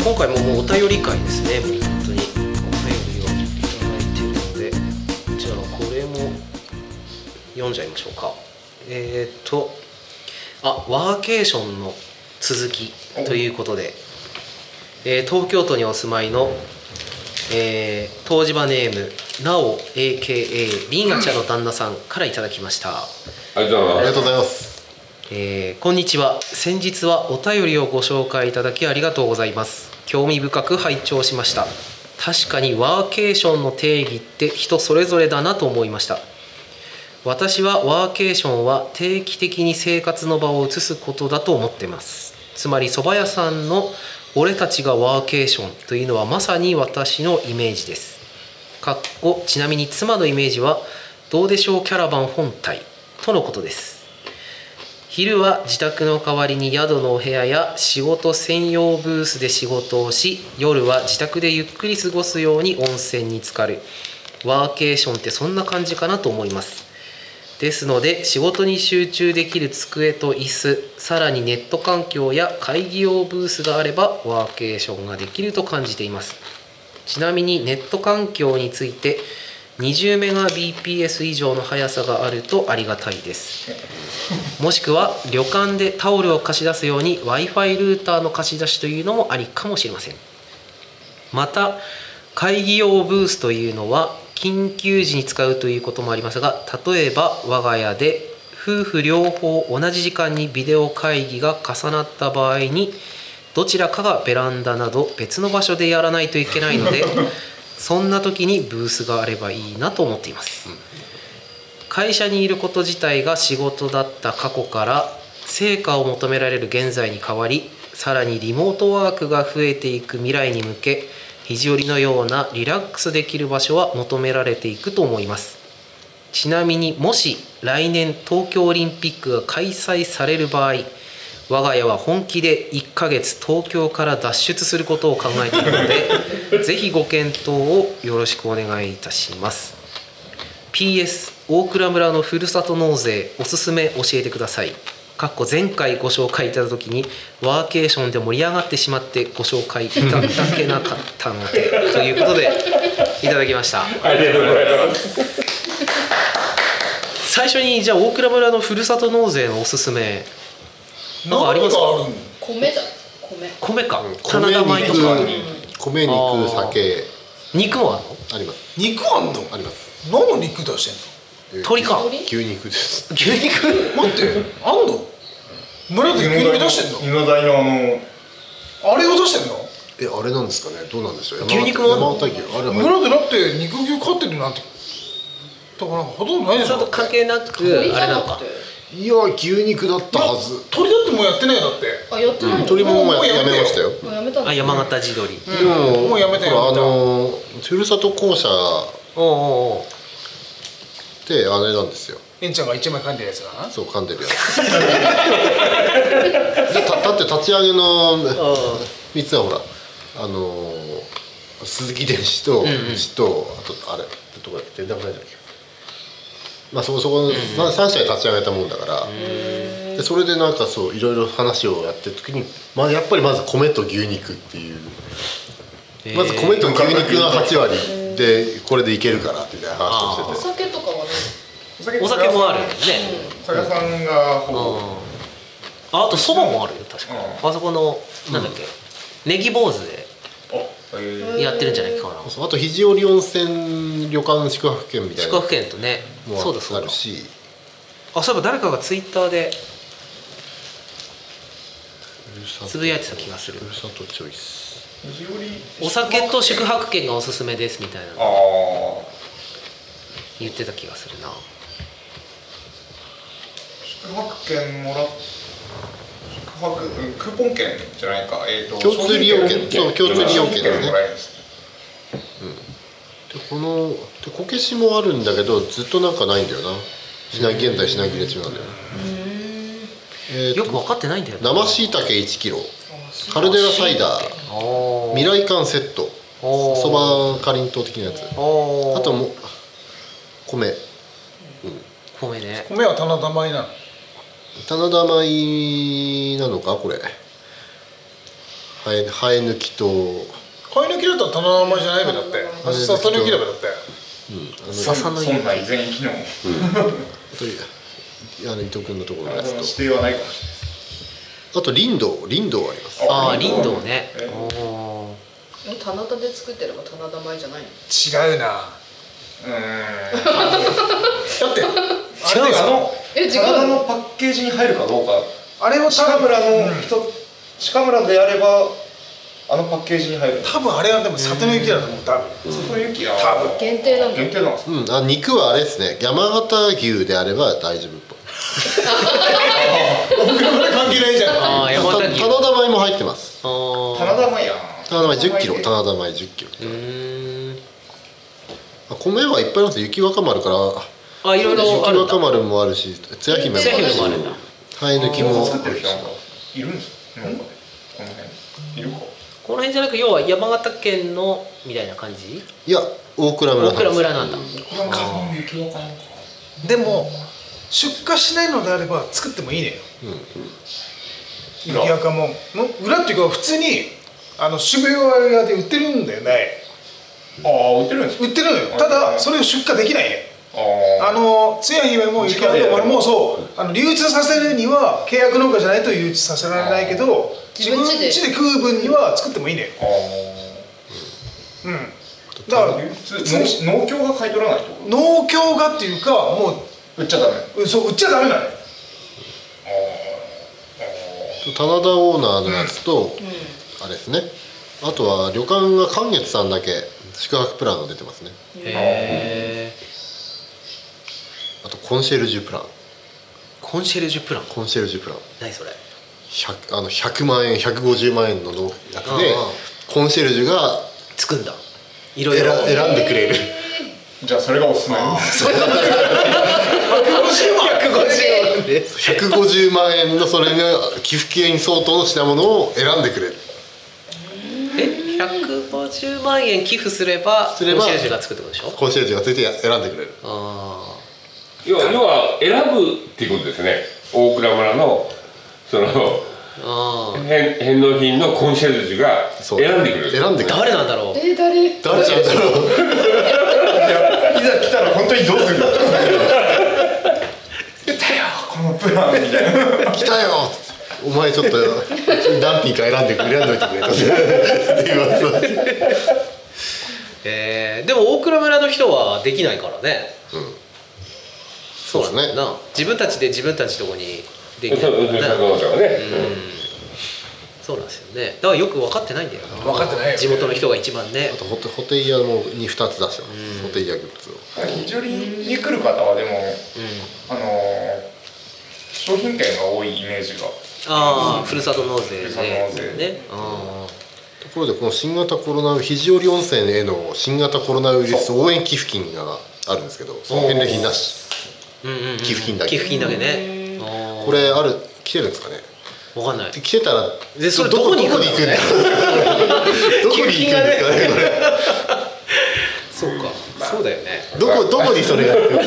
今回ももうお便り会ですね。本当にお便りをいただいているので、じゃあこれも読んじゃいましょうか。ワーケーションの続きということで、東京都にお住まいの、湯治場ネームなお AKA リンガチャの旦那さんからいただきました。 ありがとうございます。 こんにちは。先日はお便りをご紹介いただきありがとうございます。興味深く拝聴しました。確かにワーケーションの定義って人それぞれだなと思いました。私はワーケーションは定期的に生活の場を移すことだと思っています。つまり蕎麦屋さんの俺たちがワーケーションというのはまさに私のイメージです。ちなみに妻のイメージはどうでしょうキャラバン本体とのことです。昼は自宅の代わりに宿のお部屋や仕事専用ブースで仕事をし、夜は自宅でゆっくり過ごすように温泉に浸かる。ワーケーションってそんな感じかなと思います。ですので仕事に集中できる机と椅子、さらにネット環境や会議用ブースがあればワーケーションができると感じています。ちなみにネット環境について20メガ bps 以上の速さがあるとありがたいです。もしくは旅館でタオルを貸し出すように Wi-Fi ルーターの貸し出しというのもありかもしれません。また会議用ブースというのは緊急時に使うということもありますが、例えば我が家で夫婦両方同じ時間にビデオ会議が重なった場合にどちらかがベランダなど別の場所でやらないといけないのでそんな時にブースがあればいいなと思っています。会社にいること自体が仕事だった過去から成果を求められる現在に変わり、さらにリモートワークが増えていく未来に向け、肘折のようなリラックスできる場所は求められていくと思います。ちなみにもし来年東京オリンピックが開催される場合、我が家は本気で1ヶ月東京から脱出することを考えているのでぜひご検討をよろしくお願いいたします。 PS 大蔵村のふるさと納税おすすめ教えてください。前回ご紹介いただいた時にワーケーションで盛り上がってしまってご紹介いただけなかったのでということでいただきました。 ありがとうございます。 最初にじゃあ大蔵村のふるさと納税のおすすめなんかありますか？米か、棚田米とか、 米、肉、酒。 肉もあるの？ あります。 肉あんの？ あります。 何の肉出してんの？ 鶏か。 牛肉です。 牛肉？ 待って、あんの？村で牛肉出してんの？ 犬台のあれを出してんの？ あれなんですかね。どうなんでしょう。 牛肉も山形牛。あれ村でだって肉牛飼ってるなんてだからほとんどないでしょ。 ちょっと関係なくあれなのか。 いや牛肉だったはず。 鳥だってもうやってないよだって。 あ、やってないの？ 鳥ももうやめましたよ。 やめたの？ あ、山形地鶏。 でももうやめたよ。 ふるさと校舎ってあれなんですよ。 えんちゃんが一枚噛んでるやつがな。 そう噛んでるやつ。だって立ち上げの3つはほら鈴木電子と牛とあとあれどこだっけ、電卓ないじゃん。まあそこ3社で立ち上げたもんだから、でそれでなんかそういろいろ話をやってる時に、やっぱりまず米と牛肉っていう、まず米と牛肉が8割でこれでいけるからみたいな話をしてて。 お酒とかはね。 お酒もあるよね。 酒屋さんがほぼあとそばもあるよ確か。あそこのなんだっけ、ネギ坊主でやってるんじゃないかな。 あと肘折温泉旅館宿泊券みたいな宿泊券とね、そうだそうだ。そういえば誰かがツイッターでつぶやいてた気がする。 ふるさとチョイス。 お酒と宿泊券がおすすめですみたいな言ってた気がするな。 宿泊券もらっクーポン券じゃないか、 共通利用券。そう共通利用券だね。 もらえるんですね。 でこけしもあるんだけどずっとなんかないんだよな。現在品切れ中なんだよ。 よく分かってないんだよ。 生しいたけ1キロ、カルデラサイダー、未来館セット、そばかりんとう的なやつ、あとも米。 米ね。 米は棚田米なの？ 棚田米なのかこれ。 生え抜きと生え抜きだったら棚田米じゃないべだって笹抜きだべだって笹のそんな全域のあと伊藤君のところのやつ指定はないかもしとあと林道ありますああ林道ね。 棚田で作ってれば棚田米じゃないの？ 違うなれない。 だって違うんですか？ 違う体のパッケージに入るかどうか。 あれは鹿村の人、鹿村であればあのパッケージに入る。 多分あれはでも里の雪だと思う多分外行きや。 多分限定なんだ。 限定なんですか。 肉はあれですね山形牛であれば大丈夫っぽい僕らこれ関係ないじゃんああ山形牛。 棚田米も入ってますあ棚田米や。 棚田米10キロ棚田米10キロ米はいっぱいあります雪若丸からあいろいろあるんだ。 雪若丸もあるしつや姫もあるしつや姫もあるんだ。 生え抜きも作ってる人なんかいるんですか。この辺いるか。 この辺じゃなく要は山形県のみたいな感じ？ いや大倉村大倉村なんだ。 雪若丸か。 でも出荷しないのであれば作ってもいいねよ雪赤も裏っていうか普通に渋谷屋で売ってるんだよねああ売ってるんですか。 売ってるのよただそれを出荷できないねあつや姫も雪赤丸もそう流通させるには契約農家じゃないと流通させられないけど自分家で食う分には作ってもいいねよだから農協が買い取らないってこ農協がっていうかもと。売っちゃダメ。 そう売っちゃダメなのよ棚田オーナーのやつと、あれですねあとは旅館が寛月さんだけ宿泊プランが出てますねへえ。 あとコンシェルジュプランコンシェルジュプラン。 コンシェルジュプラン何それ？ 100万円150万円のやつでコンシェルジュがつくんだ。いろいろ選んでくれるじゃあそれがおすすめ。 150万円のそれが寄付金相当の品物を選んでくれる 150万円寄付すればコンシェルジュがつくってことでしょ？ コンシェルジュがついて選んでくれるあ要は選ぶっていうことですね。大倉村のその返納品のコンシェルジュが選んでくれる。 選んでくれる誰なんだろう？ 誰？ 誰なんだろういざ来たら本当にどうする。来たよこのプランみたいな。 来たよお前ちょっと何品か選んでくれんといてくれって言われたでも大倉村の人はできないからね。 そうですねな自分たちで自分たちのとこにできないそうからね。そうなんですよね。だからよく分かってないんだよな。 分かってないよね地元の人が一番ねあ。とホテイヤもに2つ出してますホテイヤグッズを非常に来る方はでも商品券が多いイメージが。 ああふるさと納税でふるさと納税ね。あところでこの新型コロナ肘折温泉への新型コロナウイルス応援寄付金があるんですけど返礼品なし寄付金だけ寄付金だけね。 これ来てるんですかね分かんない。 来てたらでそれどこに行くんだろうね。 どこに行くんですかねこれそうか、そうだよね。 どこにそれが行く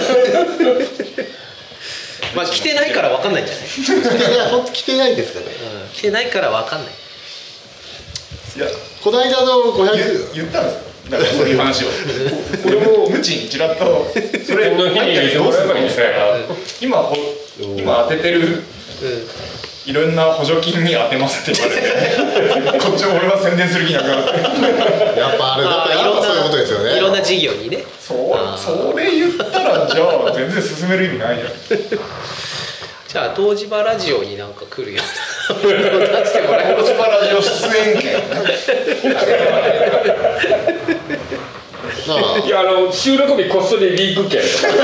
まあ来てないから分かんないんじゃない？ 本当来てないですかね来てないから分かんない。 いやこの間の500 言ったんですよ。だからそういう話を。これも無知にちらっとそれ返納品に入れてもらえばいいですね。 今当ててるいろんな補助金に当てますって言われてこっちも俺は宣伝する気なくなってやっぱそういうことですよねいろんな事業にね。 それ言ったらじゃあ全然進める意味ないじゃん。 じゃあ東芝ラジオになんか来るようなのを出してもらえます東芝ラジオ出演権いや収録日こっそりリーク券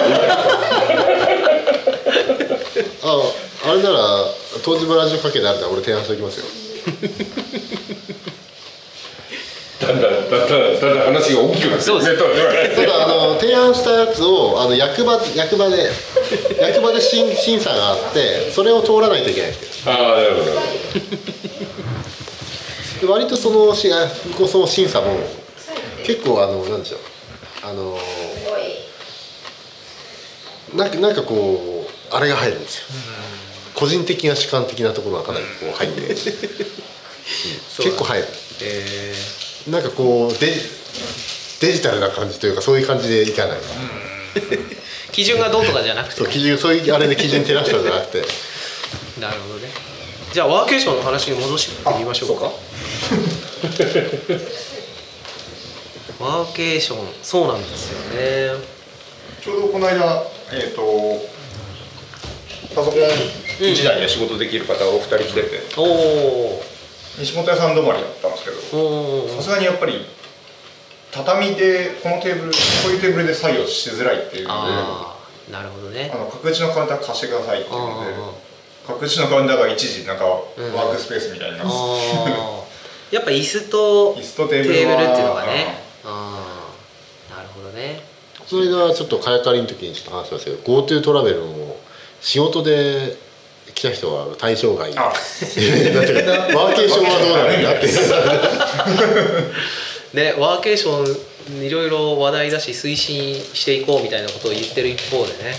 あれなら東芝ラジオかけであるなら俺提案しておきますよだんだん話が大きくなってそうですただ提案したやつを役場で審査があってそれを通らないといけないんですよああなるほどで割とその審査も結構なんでしょうなんかこうあれが入るんですよ個人的な主観的なところがかなりこう入って結構入る。なんかこうデジタルな感じというかそういう感じでいかない。 基準がどうとかじゃなくて、 そう基準そういうあれで基準照らしたんじゃなくて。 なるほどね。じゃあワーケーションの話に戻してみましょうか。ワーケーション、そうなんですよね。 ちょうどこの間パソコン1台で仕事できる方がお二人来てて、西本屋さん止まりだったんですけど、さすがにやっぱり畳でこのテーブル、こういうテーブルで作業しづらいっていうので、 なるほどね。 角打ちのカウンター貸してくださいっていうので、角打ちのカウンターが一時なんかワークスペースみたいになって、 やっぱ椅子とテーブルっていうのがね。なるほどね。 それがちょっとカヤカリの時にちょっと話しましたけど、 GoTo トラベルの仕事で来た人は対象外だってワーケーションはどうなるんだってね、ワーケーションいろいろ話題だし推進していこうみたいなことを言ってる一方でね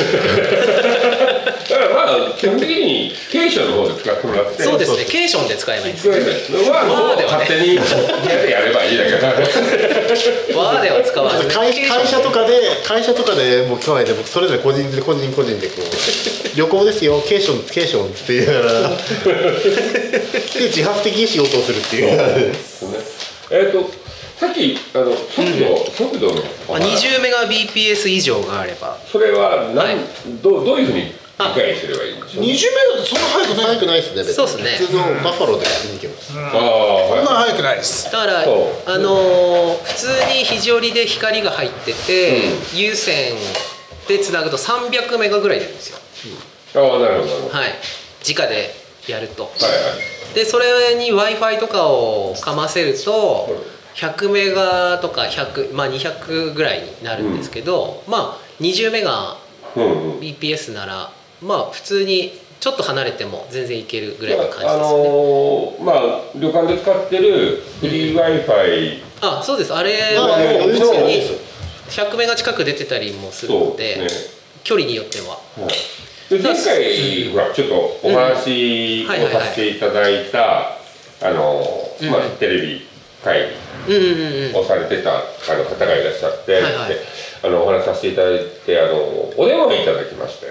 だからまあ基本的にケーションの方で使ってもらって、 そうですね、ケーションで使えばいいですね。ワーでは勝手にやればいいだけどワーでは使わず会社とかでもう今日で僕それぞれ個人でこう旅行ですよ、ケーションって言いながらで自発的に仕事をするっていうさっき速度の 20メガ bps 以上があれば、 それはどういうふうに理解すればいいんでしょう。 20メガってそんな速くないですね。 そうですね。 普通のバッファローで普通に行けます。 そんな速くないです。 だから普通に肘折で光が入ってて、有線でつなぐと300メガぐらい出るんですよ。 なるほど。 はい。直でやると。でそれに Wi-Fi とかをかませると100メガとか100、200ぐらいになるんですけど、20メガ bps なら普通にちょっと離れても全然いけるぐらいの感じですね。 旅館で使ってるフリー Wi-Fi、 そうです。あれはもう普通に100メガ近く出てたりもするので、距離によっては。 で前回ほらちょっとお話をさせていただいたテレビ会議をされてた方がいらっしゃって、お話しさせていただいてお電話をいただきまして、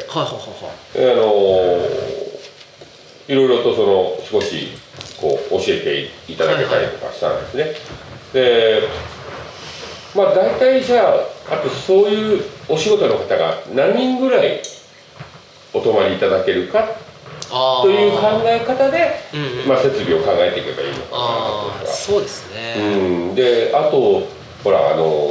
いろいろと少しこう教えていただけたりとかしたんですね。で大体じゃあとそういうお仕事の方が何人ぐらいお泊まりいただけるかという考え方で設備を考えていけばいいのかなと。 そうですね。 であとほら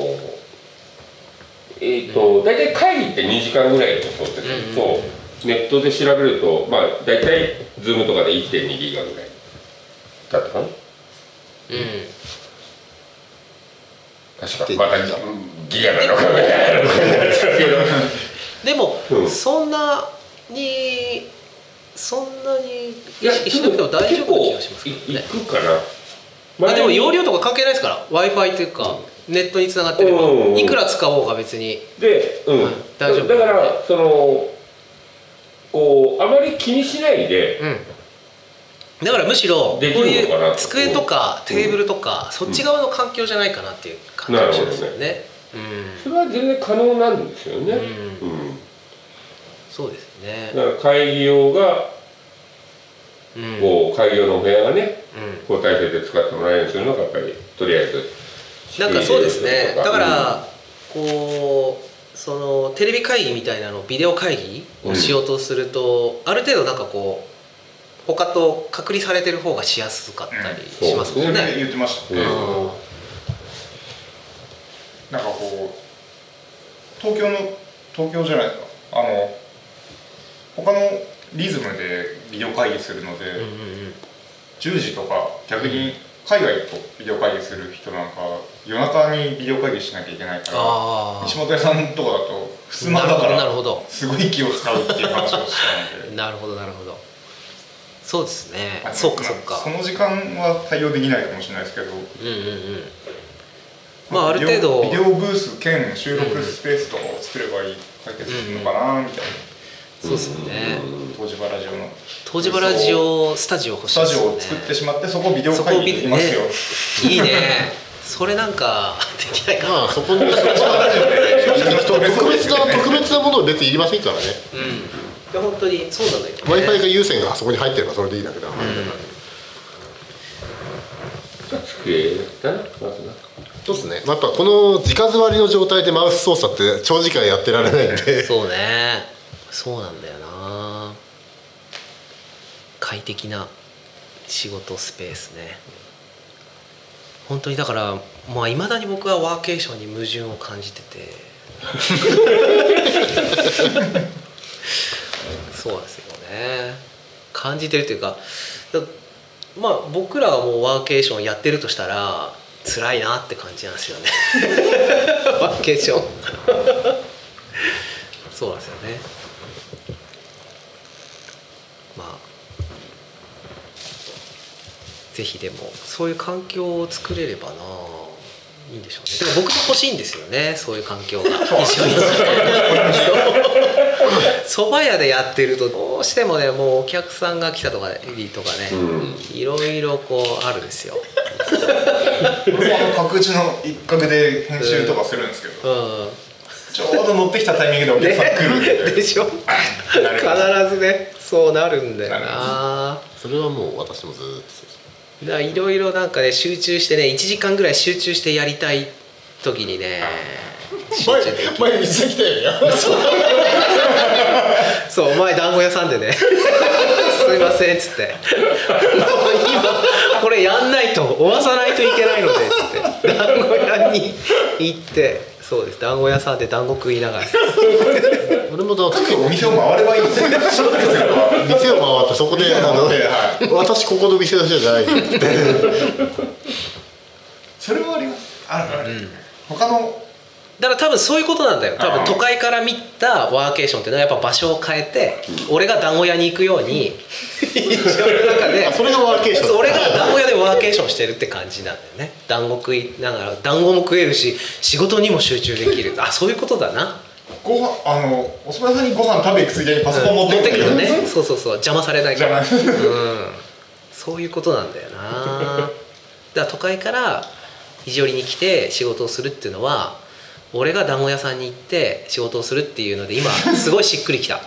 大体会議って2時間ぐらいで想定すると、ネットで調べると大体 Zoom とかで 1.2 ギガぐらいだったかな。確かまたギガなのかみたいなでもそんなに意識しなくても大丈夫な気がしますけどね。 いくかな。 でも容量とか関係ないですから、 Wi-Fi というかネットにつながってればいくら使おうが別に大丈夫。 だからあまり気にしないで、 だからむしろこういう机とかテーブルとかそっち側の環境じゃないかなっていう感じがしますよね。 それは全然可能なんですよね。 そうですね。 だから会議用が会議用のお部屋がね交代制で使ってもらえるようにするのがやっぱりとりあえずそうですね。だからテレビ会議みたいなのビデオ会議をしようとすると、ある程度他と隔離されてる方がしやすかったりしますもんね。 言ってました。東京じゃないですか。他のリズムでビデオ会議するので、10時とか逆に海外とビデオ会議する人なんか夜中にビデオ会議しなきゃいけないから、西本屋さんとかだと襖だからすごい気を使うっていう話をしたので。 なるほど。そうですね。そうか。 その時間は対応できないかもしれないですけど、 ある程度ビデオブース兼収録スペースとかを作れば解決するのかなみたいな。 そうですよね。 東芝ラジオの東芝ラジオスタジオ欲しいですよね。 スタジオを作ってしまって、そこビデオ会議できますよ。 いいね。それなんかできないかな。 まあそこに特別なものは別にいりませんからね。 うん。いや本当にそうなんだよ、ね。 Wi-Fi が有線があそこに入ってればそれでいいだけだ。 机だな、まずな。 そうですね。まあ、やっぱこの直座りの状態でマウス操作って長時間やってられないんで。 そうね。そうなんだよな。快適な仕事スペースね。本当にだからまあ未だに僕はワーケーションに矛盾を感じててそうなんですよね。感じてるというか、まあ僕らがもうワーケーションやってるとしたら辛いなって感じなんですよねワーケーションそうなんですよね。まあぜひでもそういう環境を作れればないいんでしょうね。でも僕も欲しいんですよね、そういう環境が一緒に蕎麦屋でやってるとどうしてもね、もうお客さんが来たとかね、いろいろこうあるんですよ僕も各地の一角で編集とかするんですけど、ちょうど乗ってきたタイミングでお客さん来るんで、 でしょ必ずね、そうなるんだよな。 それはもう私もずっとそうです。 だからいろいろなんかね集中してね、1時間ぐらい集中してやりたい時にね前水来たよねそう前団子屋さんでねすいませんっつって今これやんないと終わさないといけないのでっつって団子屋に行って、そうです、団子屋さんで団子食いながら俺もだからお店を回ればいいんですよ。 店を回ってそこで私ここの店の人じゃないそれはあります。ある、他のだから多分そういうことなんだよ。多分都会から見たワーケーションっていうのはやっぱ場所を変えて、俺が団子屋に行くようにそれがワーケーション。 俺が団子屋でワーケーションしてるって感じなんだよね。団子食いながら団子も食えるし仕事にも集中できる。あ、そういうことだな。 ご飯お蕎麦屋さんにご飯食べ行くついでにパソコン持ってくるね。そうそうそう、邪魔されないから、そういうことなんだよな。だから都会から肘折に来て仕事をするっていうのは、俺が団子屋さんに行って仕事をするっていうので今すごいしっくりきた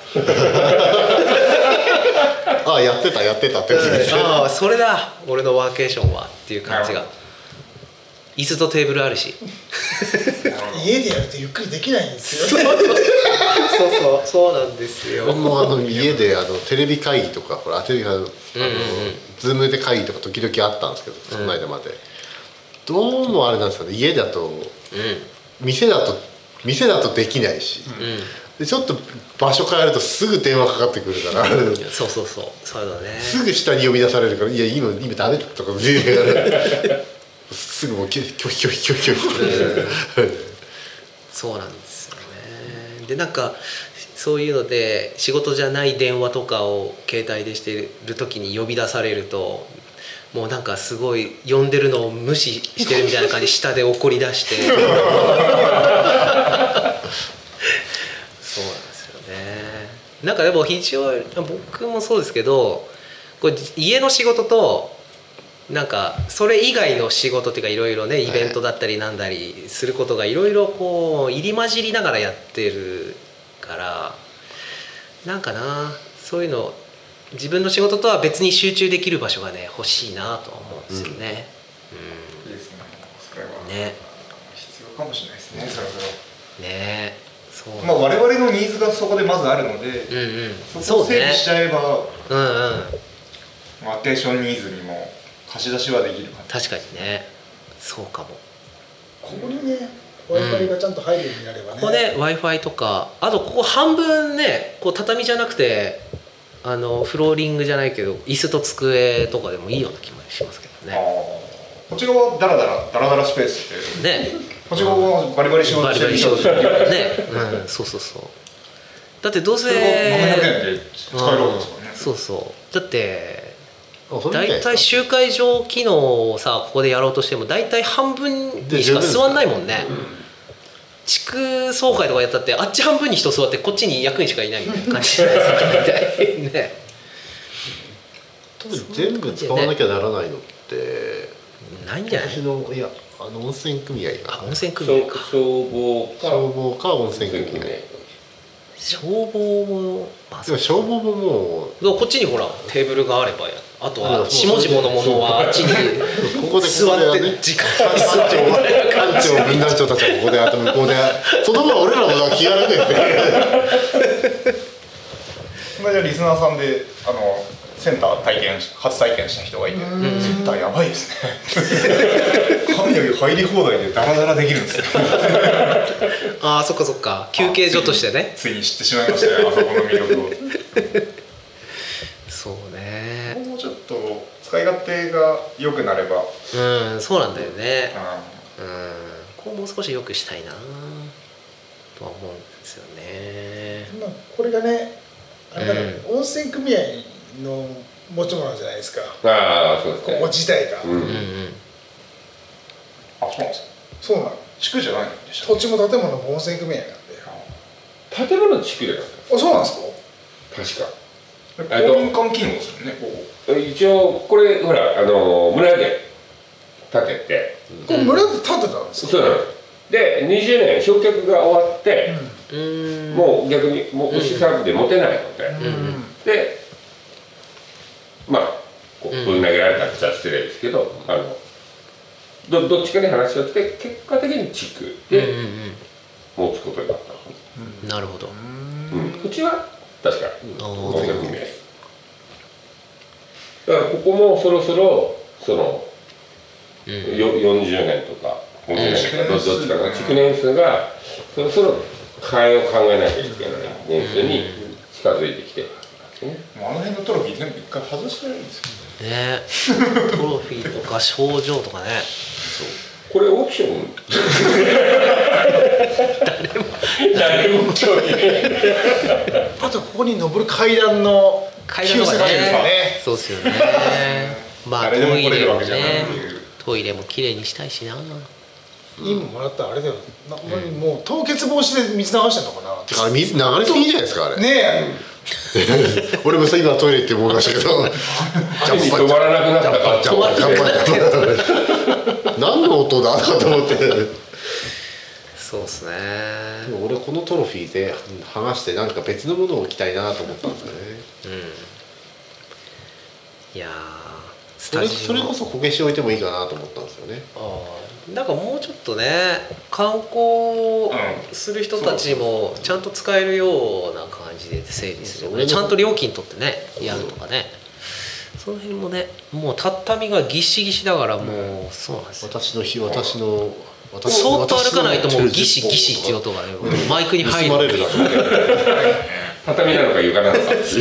ああやってたってことですね。 ああそれだ俺のワーケーションはっていう感じが。椅子とテーブルあるし家でやるとゆっくりできないんですよねそうなんですよ。 僕も家でテレビ会議とかほらテレビズームで会議とか時々あったんですけど、その間までどうもあれなんですよね。家だと、店だとできないし、でちょっと場所変えるとすぐ電話かかってくるからそうだね。 すぐ下に呼び出されるから「いや今ダメだ」とか言うからすぐもう拒否そうなんですよね。でなんかそういうので仕事じゃない電話とかを携帯でしてる時に呼び出されると、もうなんかすごい呼んでるのを無視してるみたいな感じで下で怒り出してそうなんですよね。なんかでも非常に僕もそうですけど、これ家の仕事となんかそれ以外の仕事っていうかいろいろねイベントだったりなんだりすることがいろいろこう入り混じりながらやってるから、なんかなそういうの自分の仕事とは別に集中できる場所がね欲しいなとは思うんですよね。 いいですね。それはね必要かもしれないですね。それはねそう。 まあ我々のニーズがそこでまずあるので、そこを整理しちゃえば、ワーケーションニーズにも貸し出しはできるかな。 確かにね、そうかも。 ここにね Wi-Fi がちゃんと入るようになればね、 ここね Wi-Fi とか、あとここ半分ねこう畳じゃなくてフローリングじゃないけど椅子と机とかでもいいような気もしますけどね。 こっち側ダラダラスペースってね、 こっち側はバリバリ仕事してる人ね、そうだってどうせ 700円で使えるわけですからね。 そうだってだいたい集会場機能をさここでやろうとしてもだいたい半分にしか座んないもんね。 地区総会とかやったってあっち半分に人座ってこっちに役員しかいないみたいな感じじゃないですかね。 特に全部使わなきゃならないのってないんじゃない？ 私のいや温泉組合が温泉組合か。 消防か温泉組合消防も、 でも消防ももこっちにほらテーブルがあればや、あとは下々のものはあっちにここで座ってね時間に座って館長分団長たちはここであと向こうでその分俺らも気が楽ですね。 この間リスナーさんでセンター初体験した人がいて、センターやばいですね。神より入り放題でダラダラできるんですよ。 ああそっかそっか、休憩所としてね。 ついに知ってしまいましたね、あそこの魅力を。 そうね。 もうちょっと使い勝手が良くなれば、 そうなんだよね。こうもう少し良くしたいなとは思うんですよね。 まあこれがね、あれだから、温泉組合の持ち物じゃないですか。 ああそうですね。 ここ自体が。 あ、そうなんですか。 そうなの。 地区じゃないんでした土地も建物も温泉組合なんで。 建物地区でなんですあ、そうなんですか。 確か。 公民館機能ですよね、ここ。 一応これほら村で建てて、 これ村で建てたんですか。 そうなんです。で20年焼却が終わって、もう逆にもう牛さんで持てないので、でまあこうぶん投げられたって言ったら失礼ですけど、どっちかに話し合って結果的に地区で持つことになった。 なるほど。 うちは確か温泉組合です。だからここもそろそろ40年とか50年とかどっちかな、築年数がそろそろ替えを考えなきゃいけない年数に近づいてきてるんですね。 もうあの辺のトロフィー全部一回外してるんですよね、トロフィーとか賞状とかね。 これオプション誰も興味ない。 あとここに登る階段の階段とかね。そうですよね。まあ誰でも来れるわけじゃないっていう。 トイレも綺麗にしたいしな。 いいもんもらったらあれだよ。もう凍結防止で水流してんのかな。 あれ水流れすぎじゃないですかあれ。 ねえ。 俺もさ今トイレって思いましたけど止まらなくなったから止まらなくなって何の音だと思って。 そうですね。 でも俺このトロフィーで剥がしてなんか別のものを置きたいなと思ったんですよね。 いやそれこそこけし置いてもいいかなと思ったんですよね。 なんかもうちょっとね、観光する人たちもちゃんと使えるような感じで整理する、ちゃんと料金取ってねやるとかね、その辺もね、もう畳がぎっしぎしだからもうそうなんですよ。 私のそーっと歩かないともうギシギシっていう音がねマイクに入る。 盗まれるなと思って。 畳なのか床なのかっていう。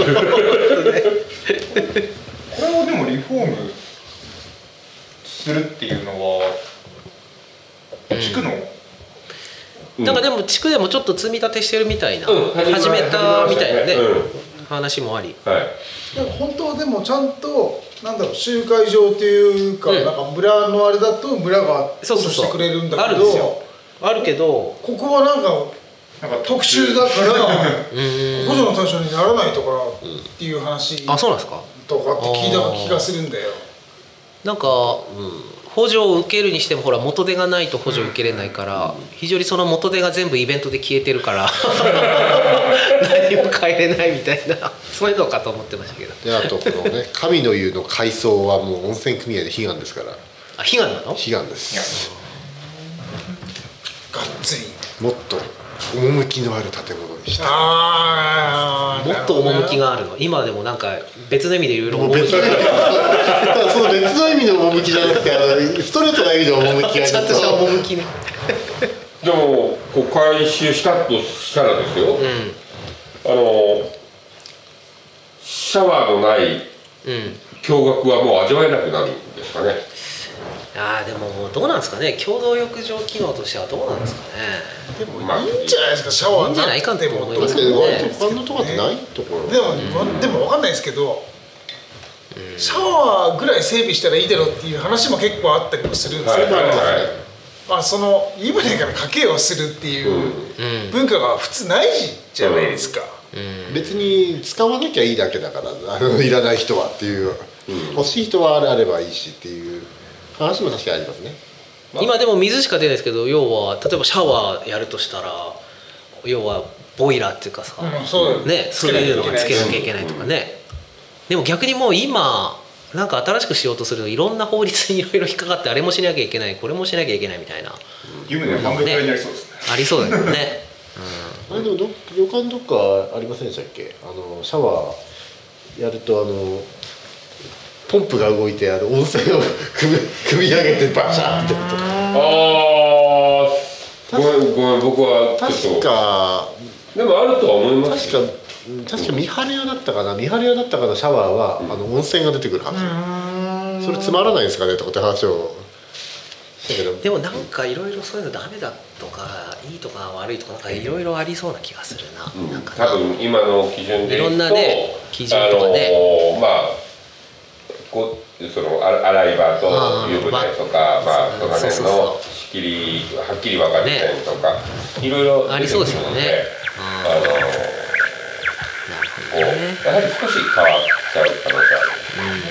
これをでもリフォームするっていうのは地区の、 なんかでも地区でもちょっと積み立てしてるみたいな、始めたみたいなね、話もあり。 なんか本当はでもちゃんとなんだろう、集会場っていうか、なんか村のあれだと村がそうしてくれるんだあけど、 るんですよ。あるけどここはなんか特殊だから補助の対象にならないとかっていう話あ、そうなんですか。 とかって聞いた気がするんだよ。 なんか、補助を受けるにしてもほら元手がないと補助受けれないから、非常にその元手が全部イベントで消えてるから何も変えれないみたいな、そういうのかと思ってましたけど。 であとこのね神の湯の改装はもう温泉組合で悲願ですから。 あ、悲願なの？ 悲願です。 がっつりもっと趣のある建物にしたい。 もっと趣があるの。今でもなんか別の意味でいろいろ趣がある。 ただその別の意味の趣じゃなくてストレートな意味の趣がちゃんとした趣ね。 でもこう回収したとしたらですよ、シャワーのない驚愕はもう味わえなくなるんですかね。 でもどうなんですかね、共同浴場機能としてはどうなんですかね。 でもいいんじゃないですか、シャワーいいんじゃないかって思いますけでどね。 他のとこってないところ。 でも分かんないですけど、シャワーぐらい整備したらいいだろうっていう話も結構あったりもするんですよ。 まあその湯船から掛けをするっていううん文化が普通ないじゃないですか。 別に使わなきゃいいだけだからいらない人はっていう、欲しい人はあればいいしっていう話も確かにありますね。 今でも水しか出ないですけど、要は例えばシャワーやるとしたら要はボイラーっていうかさ、 そうだよね、そういうのをつけなきゃいけないとかね。でも逆にもう今なんか新しくしようとするといろんな法律にいろいろ引っかかって、あれもしなきゃいけない、これもしなきゃいけないみたいな、 湯船半分くらいになりそうですね。 ありそうだけどね。 あれでも旅館どっかありませんでしたっけ、シャワーやるとポンプが動いて温泉を組み上げてバシャーってやると、 ああ、ごめん僕はちょっ確かとでもあるとは思いますよ。 確か三春屋だったかな、シャワーは温泉が出てくるはず。それつまらないんですかねとかって話をしたけど、 でもなんかいろいろそういうのダメだとかいいとか悪いとかなんかいろいろありそうな気がするな。なんか多分今の基準でいろんな言うと、 ね基準とかね、 まあその洗い場と湯船とか、まあその辺の仕切りはっきり分かる点とか、いろいろありそうですよね。なるほどね。 やはり少し変わっちゃう可能性ある。